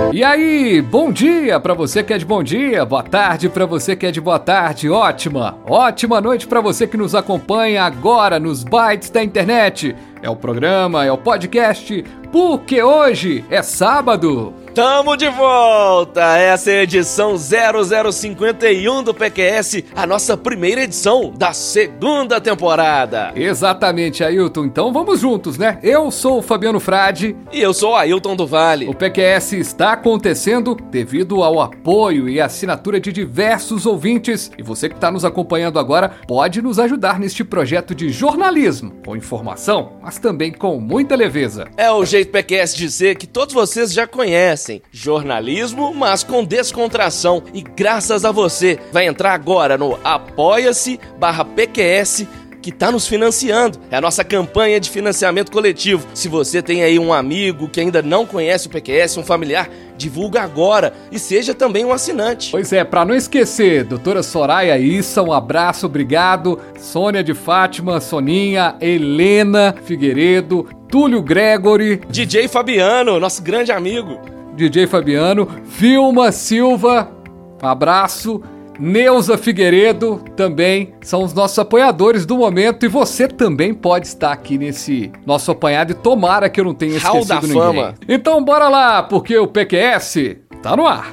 E aí, bom dia pra você que é de bom dia, boa tarde pra você que é de boa tarde, ótima noite pra você que nos acompanha agora nos bytes da internet. É o programa, é o podcast, porque hoje é sábado. Tamo de volta! Essa é a edição 0051 do PQS, a nossa primeira edição da segunda temporada. Exatamente, Ailton. Então vamos juntos, né? Eu sou o Fabiano Frade. E eu sou o Ailton do Vale. O PQS está acontecendo devido ao apoio e assinatura de diversos ouvintes. E você que está nos acompanhando agora pode nos ajudar neste projeto de jornalismo, com informação, mas também com muita leveza. É o jeito PQS de ser que todos vocês já conhecem. Jornalismo, mas com descontração. E graças a você, vai entrar agora no apoia-se/PQS, que tá nos financiando. É a nossa campanha de financiamento coletivo. Se você tem aí um amigo que ainda não conhece o PQS, um familiar, divulga agora e seja também um assinante. Pois é, pra não esquecer, doutora Soraya Issa, um abraço, obrigado. Sônia de Fátima, Soninha, Helena Figueiredo, Túlio Gregory, DJ Fabiano, nosso grande amigo. DJ Fabiano, Vilma Silva, um abraço. Neuza Figueiredo também são os nossos apoiadores do momento e você também pode estar aqui nesse nosso apanhado e tomara que eu não tenha esquecido da ninguém. Fama. Então bora lá, porque o PQS tá no ar.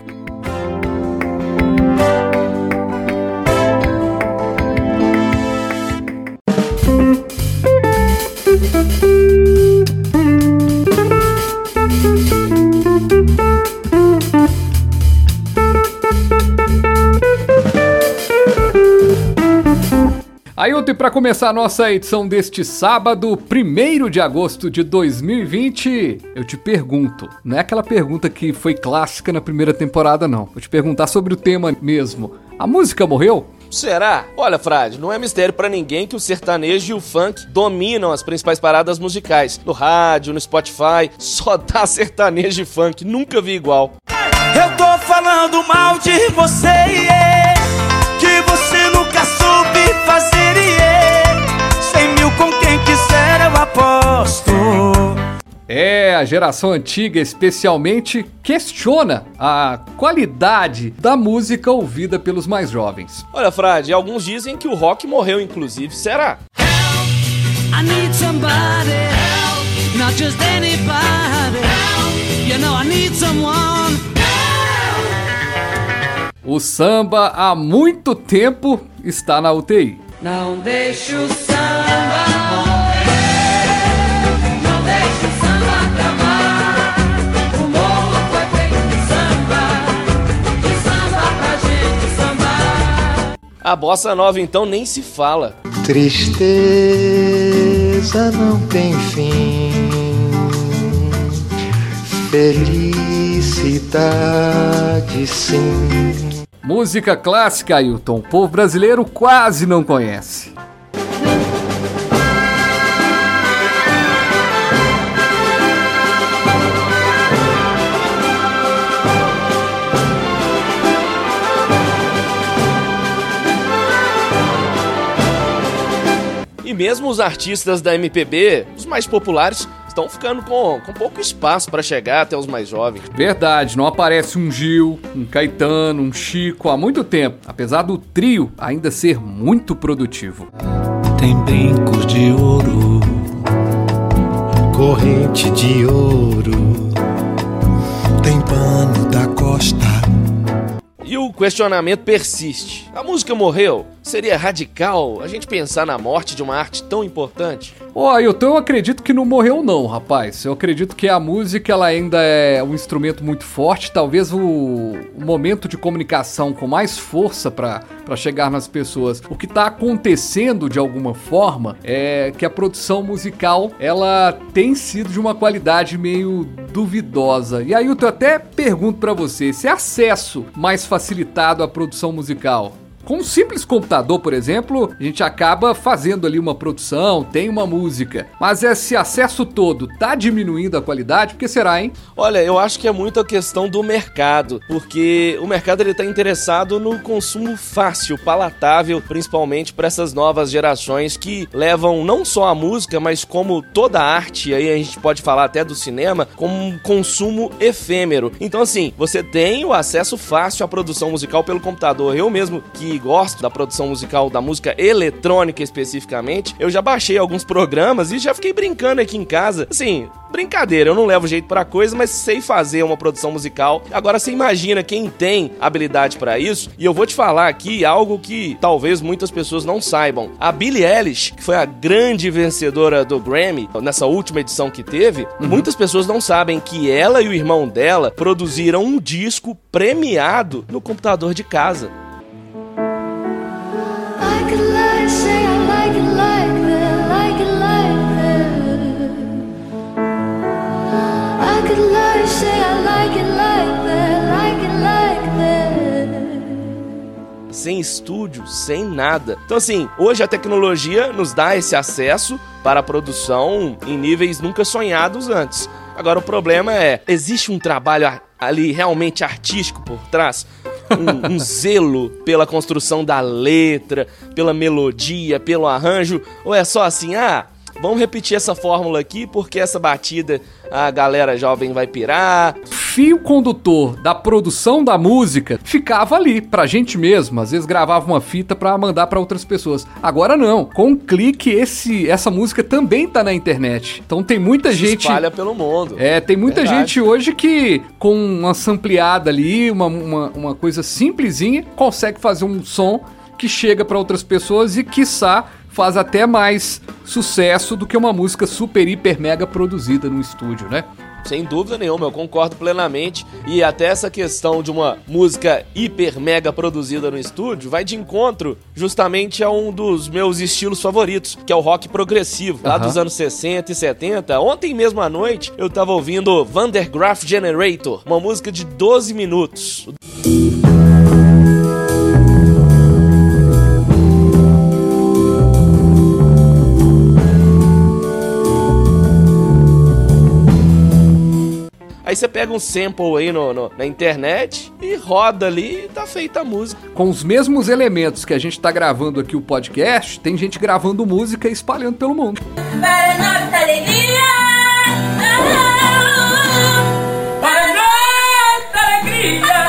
Ailton, e para começar a nossa edição deste sábado, 1º de agosto de 2020, eu te pergunto, não é aquela pergunta que foi clássica na primeira temporada não, vou te perguntar sobre o tema mesmo, a música morreu? Será? Olha, Frade, não é mistério pra ninguém que o sertanejo e o funk dominam as principais paradas musicais. No rádio, no Spotify, só dá sertanejo e funk, nunca vi igual. Eu tô falando mal de você, que você nunca soube fazer, 100 mil com quem quiser eu aposto. É, a geração antiga especialmente questiona a qualidade da música ouvida pelos mais jovens. Olha, Frade, alguns dizem que o rock morreu inclusive, será? I need somebody help, not just anybody help. You know I need someone help. O samba há muito tempo está na UTI. Não deixe o samba morrer, não deixe o samba acabar. O morro foi feito de samba pra gente sambar. A bossa nova então nem se fala. Tristeza não tem fim, felicidade sim. Música clássica, Ailton, o povo brasileiro quase não conhece. E mesmo os artistas da MPB, os mais populares, estão ficando com pouco espaço para chegar até os mais jovens. Verdade, não aparece um Gil, um Caetano, um Chico há muito tempo, apesar do trio ainda ser muito produtivo. Tem brincos de ouro, corrente de ouro, tem pano da costa. E o questionamento persiste. A música morreu? Seria radical a gente pensar na morte de uma arte tão importante? Ailton, eu acredito que não morreu não, rapaz. Eu acredito que a música ela ainda é um instrumento muito forte, talvez o momento de comunicação com mais força para chegar nas pessoas. O que está acontecendo de alguma forma é que a produção musical ela tem sido de uma qualidade meio duvidosa. E aí eu até pergunto para você, esse acesso mais facilitado à produção musical, Com um simples computador, por exemplo, a gente acaba fazendo ali uma produção, tem uma música, mas esse acesso todo tá diminuindo a qualidade? Por que será, hein? Olha, eu acho que é muito a questão do mercado, porque o mercado ele tá interessado no consumo fácil, palatável, principalmente para essas novas gerações que levam não só a música, mas como toda a arte, aí a gente pode falar até do cinema, como um consumo efêmero. Então assim, você tem o acesso fácil à produção musical pelo computador. Eu mesmo que gosto da produção musical, da música eletrônica especificamente, eu já baixei alguns programas e já fiquei brincando aqui em casa. Assim, brincadeira, eu não levo jeito pra coisa, mas sei fazer uma produção musical. Agora você imagina quem tem habilidade pra isso, e eu vou te falar aqui algo que talvez muitas pessoas não saibam. A Billie Eilish, que foi a grande vencedora do Grammy nessa última edição que teve, muitas pessoas não sabem que ela e o irmão dela produziram um disco premiado no computador de casa. I could lie, say I like it like that, like it like that. I could lie, say I like it like that, like it like that. Sem estúdio, sem nada. Então assim, hoje a tecnologia nos dá esse acesso para a produção em níveis nunca sonhados antes. Agora o problema é, existe um trabalho ali realmente artístico por trás? Um zelo pela construção da letra, pela melodia, pelo arranjo? Ou é só assim, vamos repetir essa fórmula aqui porque essa batida a galera jovem vai pirar? Fio condutor da produção da música ficava ali, pra gente mesmo. Às vezes gravava uma fita pra mandar pra outras pessoas. Agora não. Com um clique, essa música também tá na internet. Então tem muita gente... espalha pelo mundo. Tem muita Verdade. gente hoje que, com uma sampleada ali, uma coisa simplesinha, consegue fazer um som que chega pra outras pessoas e, quiçá, faz até mais sucesso do que uma música super, hiper, mega produzida no estúdio, né? Sem dúvida nenhuma, eu concordo plenamente. E até essa questão de uma música hiper mega produzida no estúdio vai de encontro justamente a um dos meus estilos favoritos, que é o rock progressivo, lá dos anos 60 e 70. Ontem mesmo à noite eu tava ouvindo Van der Graaf Generator, uma música de 12 minutos. Aí você pega um sample aí na internet e roda ali e tá feita a música. Com os mesmos elementos que a gente tá gravando aqui o podcast, tem gente gravando música e espalhando pelo mundo. Para nossa alegria, Para nossa alegria.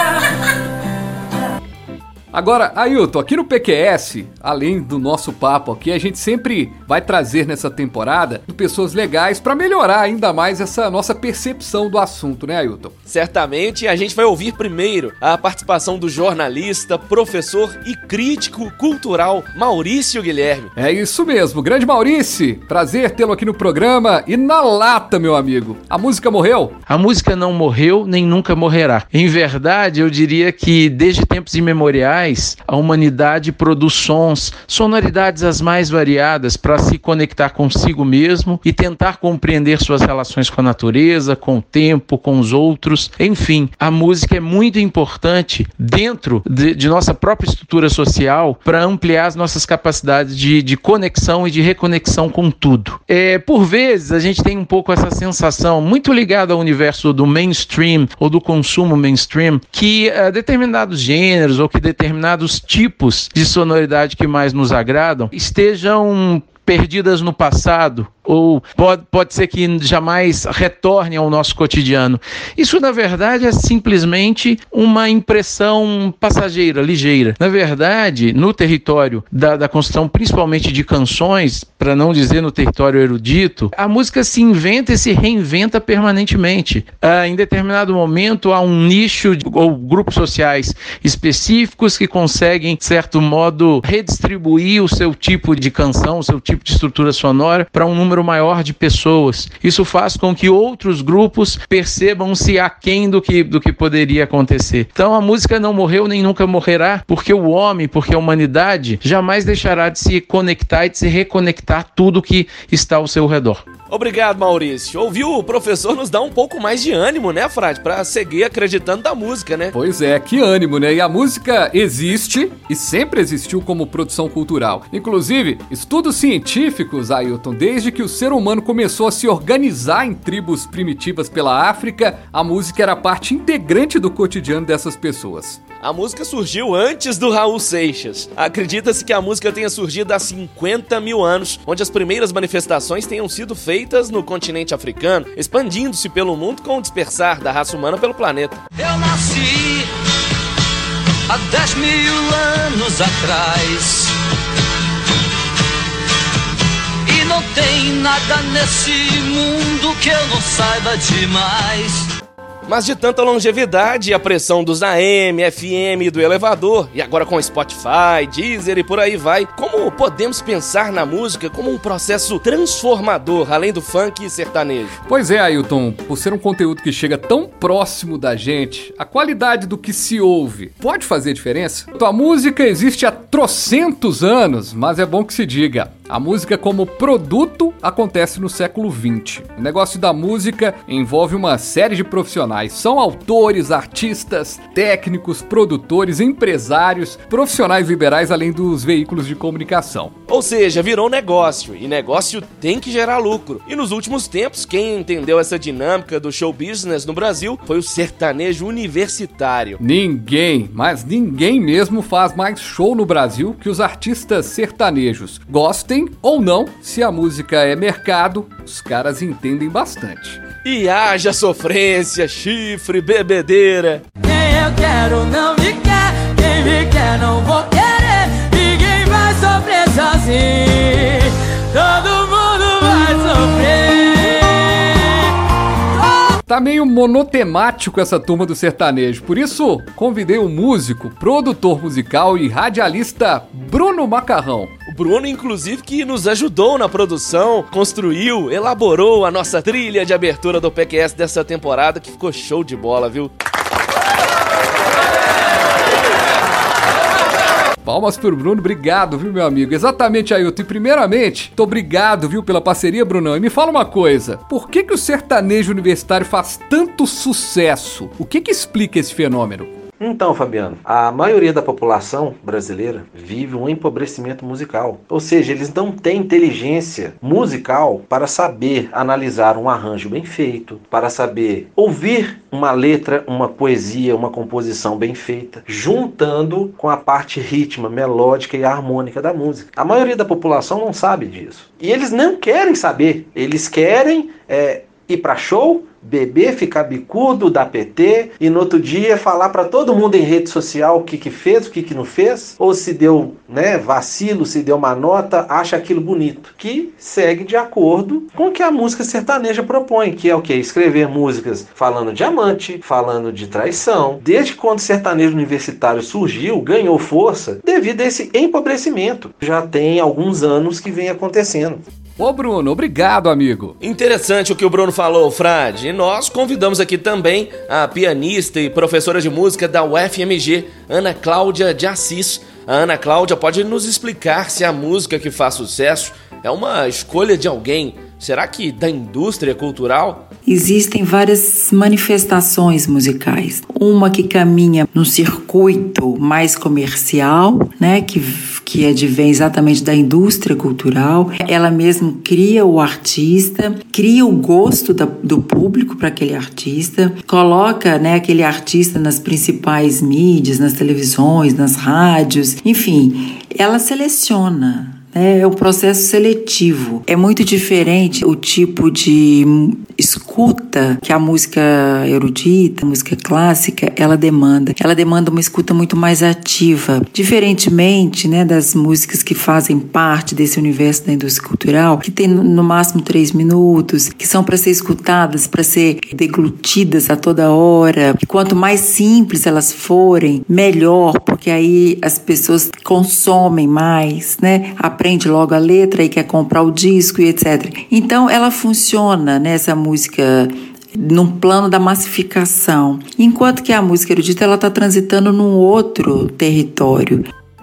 Agora, Ailton, aqui no PQS, além do nosso papo aqui, a gente sempre vai trazer nessa temporada pessoas legais pra melhorar ainda mais essa nossa percepção do assunto, né, Ailton? Certamente, a gente vai ouvir primeiro a participação do jornalista, professor e crítico cultural Maurício Guilherme. É isso mesmo, grande Maurício, prazer tê-lo aqui no programa. E na lata, meu amigo, a música morreu? A música não morreu nem nunca morrerá. Em verdade, eu diria que desde tempos imemoriais, a humanidade produz sons, sonoridades as mais variadas para se conectar consigo mesmo e tentar compreender suas relações com a natureza, com o tempo, com os outros. Enfim, a música é muito importante dentro de nossa própria estrutura social para ampliar as nossas capacidades de conexão e de reconexão com tudo. Por vezes, a gente tem um pouco essa sensação muito ligada ao universo do mainstream ou do consumo mainstream, que determinados gêneros ou que determinados tipos de sonoridade que mais nos agradam estejam perdidas no passado, ou pode ser que jamais retornem ao nosso cotidiano. Isso, na verdade, é simplesmente uma impressão passageira, ligeira. Na verdade, no território da construção, principalmente de canções, para não dizer no território erudito, a música se inventa e se reinventa permanentemente. Em determinado momento, há um nicho ou grupos sociais específicos que conseguem, de certo modo, redistribuir o seu tipo de canção, o seu tipo de estrutura sonora para um número maior de pessoas. Isso faz com que outros grupos percebam-se aquém do que poderia acontecer. Então a música não morreu nem nunca morrerá, porque o homem, porque a humanidade jamais deixará de se conectar e de se reconectar tudo que está ao seu redor. Obrigado, Maurício. Ouviu o professor nos dá um pouco mais de ânimo, né, Frade? Pra seguir acreditando na música, né? Pois é, que ânimo, né? E a música existe e sempre existiu como produção cultural. Inclusive, estudos científicos, Ailton, desde que o ser humano começou a se organizar em tribos primitivas pela África, a música era parte integrante do cotidiano dessas pessoas. A música surgiu antes do Raul Seixas. Acredita-se que a música tenha surgido há 50 mil anos, onde as primeiras manifestações tenham sido feitas no continente africano, expandindo-se pelo mundo com o dispersar da raça humana pelo planeta. Eu nasci há 10 mil anos atrás e não tem nada nesse mundo que eu não saiba demais. Mas de tanta longevidade e a pressão dos AM, FM e do elevador, e agora com Spotify, Deezer e por aí vai, como podemos pensar na música como um processo transformador, além do funk e sertanejo? Pois é, Ailton, por ser um conteúdo que chega tão próximo da gente, a qualidade do que se ouve pode fazer diferença? A música existe há trocentos anos, mas é bom que se diga, a música como produto acontece no século XX. O negócio da música envolve uma série de profissionais. São autores, artistas, técnicos, produtores, empresários, profissionais liberais, além dos veículos de comunicação. Ou seja, virou negócio, e negócio tem que gerar lucro. E nos últimos tempos, quem entendeu essa dinâmica do show business no Brasil foi o sertanejo universitário. Ninguém, mas ninguém mesmo faz mais show no Brasil que os artistas sertanejos. Gostem ou não, se a música é mercado, os caras entendem bastante. E haja sofrência, chifre, bebedeira. Quem eu quero não me quer, quem me quer não vou querer. Ninguém vai sofrer sozinho, todo mundo vai sofrer. Tá meio monotemático essa turma do sertanejo, por isso convidei o músico, produtor musical e radialista Bruno Macarrão. O Bruno, inclusive, que nos ajudou na produção, construiu, elaborou a nossa trilha de abertura do PQS dessa temporada, que ficou show de bola, viu? Palmas pro Bruno, obrigado, viu, meu amigo? Exatamente, Ailton. E primeiramente, muito obrigado, viu, pela parceria, Brunão. E me fala uma coisa, por que o sertanejo universitário faz tanto sucesso? O que explica esse fenômeno? Então, Fabiano, a maioria da população brasileira vive um empobrecimento musical. Ou seja, eles não têm inteligência musical para saber analisar um arranjo bem feito, para saber ouvir uma letra, uma poesia, uma composição bem feita, juntando com a parte rítmica, melódica e harmônica da música. A maioria da população não sabe disso. E eles não querem saber. Eles querem ir para show, beber, ficar bicudo, dar PT e no outro dia falar para todo mundo em rede social o que fez, o que não fez, ou se deu, vacilo, se deu uma nota, acha aquilo bonito, que segue de acordo com o que a música sertaneja propõe, que é o quê? Escrever músicas falando de amante, falando de traição. Desde quando o sertanejo universitário surgiu, ganhou força devido a esse empobrecimento. Já tem alguns anos que vem acontecendo. Ô Bruno, obrigado, amigo. Interessante o que o Bruno falou, Frade. E nós convidamos aqui também a pianista e professora de música da UFMG, Ana Cláudia de Assis. A Ana Cláudia pode nos explicar se a música que faz sucesso é uma escolha de alguém. Será que da indústria cultural? Existem várias manifestações musicais. Uma que caminha num circuito mais comercial, que advém exatamente da indústria cultural. Ela mesma cria o artista, cria o gosto do público para aquele artista, coloca aquele artista nas principais mídias, nas televisões, nas rádios, enfim, ela seleciona. É um processo seletivo. É muito diferente o tipo de escuta que a música erudita, a música clássica, ela demanda. Ela demanda uma escuta muito mais ativa. Diferentemente, das músicas que fazem parte desse universo da indústria cultural, que tem no máximo 3 minutos, que são para ser escutadas, para ser deglutidas a toda hora. E quanto mais simples elas forem, melhor, porque aí as pessoas consomem mais, aprende logo a letra e quer comprar o disco e etc. Então ela funciona nessa música num plano da massificação, enquanto que a música erudita ela está transitando num outro território.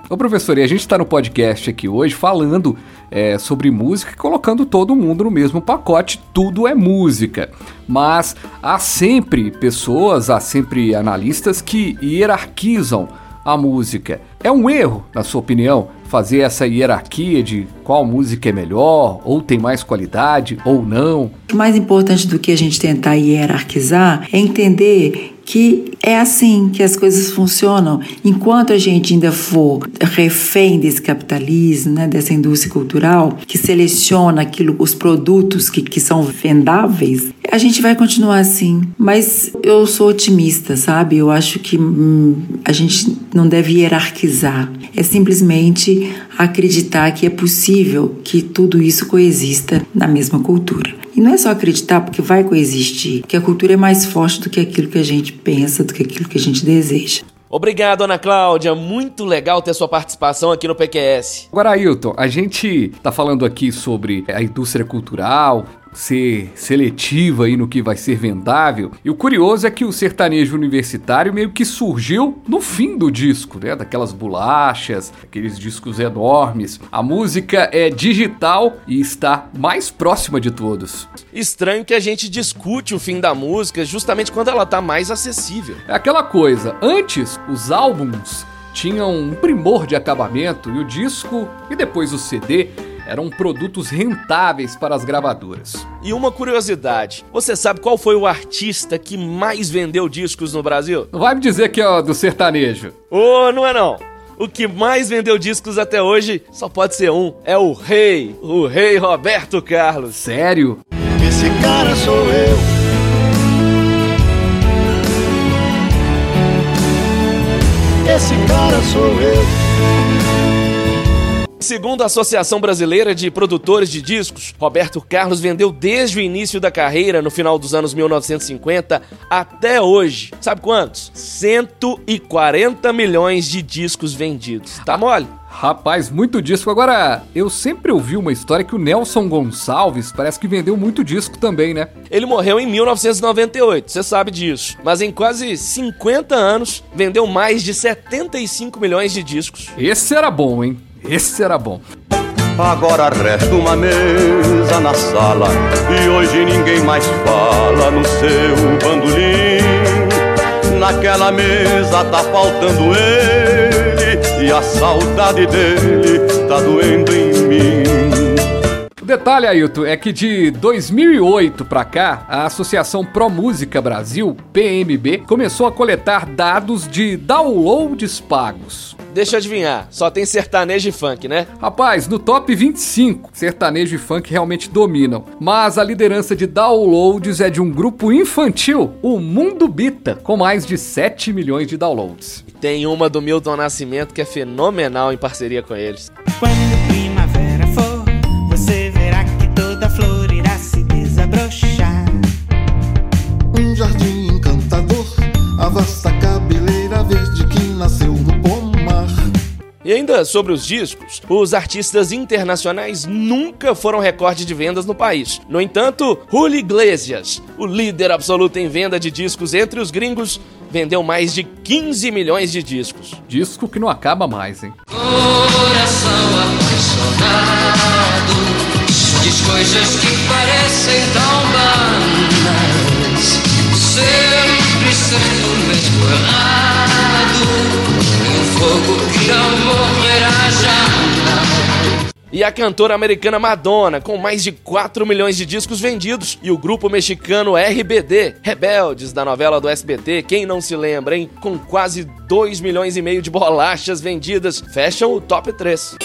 Ô professor, e a gente está no podcast aqui hoje falando sobre música e colocando todo mundo no mesmo pacote, tudo é música. Mas há sempre pessoas, há sempre analistas que hierarquizam a música. É um erro, na sua opinião, fazer essa hierarquia de qual música é melhor, ou tem mais qualidade, ou não? O mais importante do que a gente tentar hierarquizar é entender que é assim que as coisas funcionam. Enquanto a gente ainda for refém desse capitalismo, né, dessa indústria cultural, que seleciona os produtos que são vendáveis, a gente vai continuar assim. Mas eu sou otimista, sabe? Eu acho que a gente não deve hierarquizar. É simplesmente acreditar que é possível que tudo isso coexista na mesma cultura. E não é só acreditar, porque vai coexistir, que a cultura é mais forte do que aquilo que a gente pensa, do que aquilo que a gente deseja. Obrigado, Ana Cláudia. Muito legal ter sua participação aqui no PQS. Agora, Ailton, a gente tá falando aqui sobre a indústria cultural, ser seletiva aí no que vai ser vendável. E o curioso é que o sertanejo universitário meio que surgiu no fim do disco, né? Daquelas bolachas, aqueles discos enormes. A música é digital e está mais próxima de todos. Estranho que a gente discute o fim da música justamente quando ela tá mais acessível. É aquela coisa, antes os álbuns tinham um primor de acabamento e o disco e depois o CD eram produtos rentáveis para as gravadoras. E uma curiosidade, você sabe qual foi o artista que mais vendeu discos no Brasil? Não vai me dizer que é do sertanejo. Não é não. O que mais vendeu discos até hoje só pode ser um, é o rei Roberto Carlos. Sério? Esse cara sou eu. Esse cara sou eu. Segundo a Associação Brasileira de Produtores de Discos, Roberto Carlos vendeu desde o início da carreira, no final dos anos 1950, até hoje. Sabe quantos? 140 milhões de discos vendidos. Tá mole? Rapaz, muito disco. Agora, eu sempre ouvi uma história que o Nelson Gonçalves parece que vendeu muito disco também, né? Ele morreu em 1998, você sabe disso. Mas em quase 50 anos, vendeu mais de 75 milhões de discos. Esse era bom, hein? Esse era bom. Agora resta uma mesa na sala e hoje ninguém mais fala no seu bandolim. Naquela mesa tá faltando ele e a saudade dele tá doendo em mim. O detalhe, Ailton, é que de 2008 pra cá, a Associação Pro Música Brasil, PMB, começou a coletar dados de downloads pagos. Deixa eu adivinhar, só tem sertanejo e funk, né? Rapaz, no top 25, sertanejo e funk realmente dominam. Mas a liderança de downloads é de um grupo infantil, o Mundo Bita, com mais de 7 milhões de downloads. Tem uma do Milton Nascimento que é fenomenal em parceria com eles. Quando primavera for, você verá que toda flor irá se desabrochar. Um jardim encantador, a vasta cabeleira verde que nasceu no pomar. E ainda sobre os discos, os artistas internacionais nunca foram recorde de vendas no país. No entanto, Julio Iglesias, o líder absoluto em venda de discos entre os gringos, vendeu mais de 15 milhões de discos. Disco que não acaba mais, hein? Coração apaixonado, diz coisas que parecem tão banais, sempre sendo mesmo errado. Fogo que não morrerá jamais. E a cantora americana Madonna, com mais de 4 milhões de discos vendidos, e o grupo mexicano RBD, Rebeldes, da novela do SBT, quem não se lembra, hein? Com quase 2 milhões e meio de bolachas vendidas, fecham o top 3.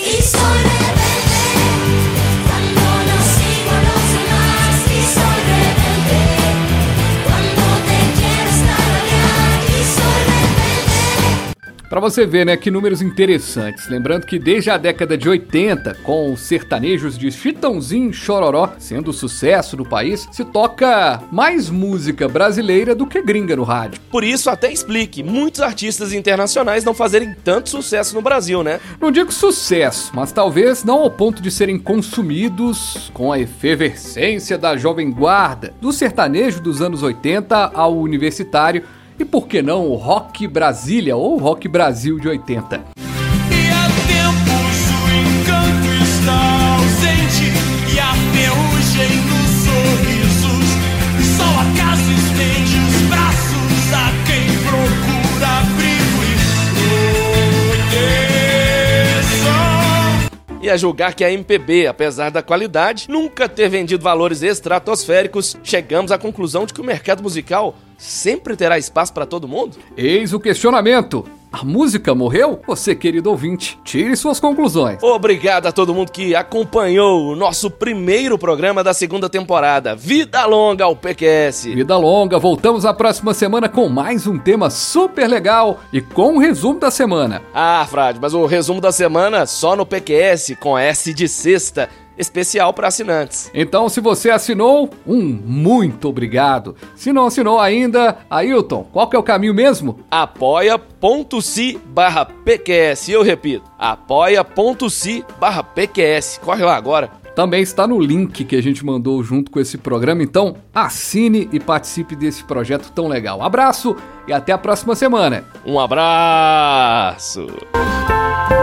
Pra você ver, né, que números interessantes. Lembrando que desde a década de 80, com os sertanejos de Chitãozinho e Chororó sendo sucesso no país, se toca mais música brasileira do que gringa no rádio. Por isso, até explique, muitos artistas internacionais não fazerem tanto sucesso no Brasil, né? Não digo sucesso, mas talvez não ao ponto de serem consumidos com a efervescência da jovem guarda, do sertanejo dos anos 80 ao universitário, e por que não o Rock Brasília ou Rock Brasil de 80? E a julgar que a MPB, apesar da qualidade, nunca ter vendido valores estratosféricos, chegamos à conclusão de que o mercado musical sempre terá espaço para todo mundo? Eis o questionamento. A música morreu? Você, querido ouvinte, tire suas conclusões. Obrigado a todo mundo que acompanhou o nosso primeiro programa da segunda temporada. Vida longa ao PQS. Vida longa, voltamos na próxima semana com mais um tema super legal e com um resumo da semana. Ah, Frade, mas o resumo da semana só no PQS, com S de sexta, especial para assinantes. Então, se você assinou, muito obrigado. Se não assinou ainda, Ailton, qual que é o caminho mesmo? apoia.se/PQS. Eu repito, apoia.se/PQS. Corre lá agora. Também está no link que a gente mandou junto com esse programa, então assine e participe desse projeto tão legal. Abraço e até a próxima semana. Um abraço!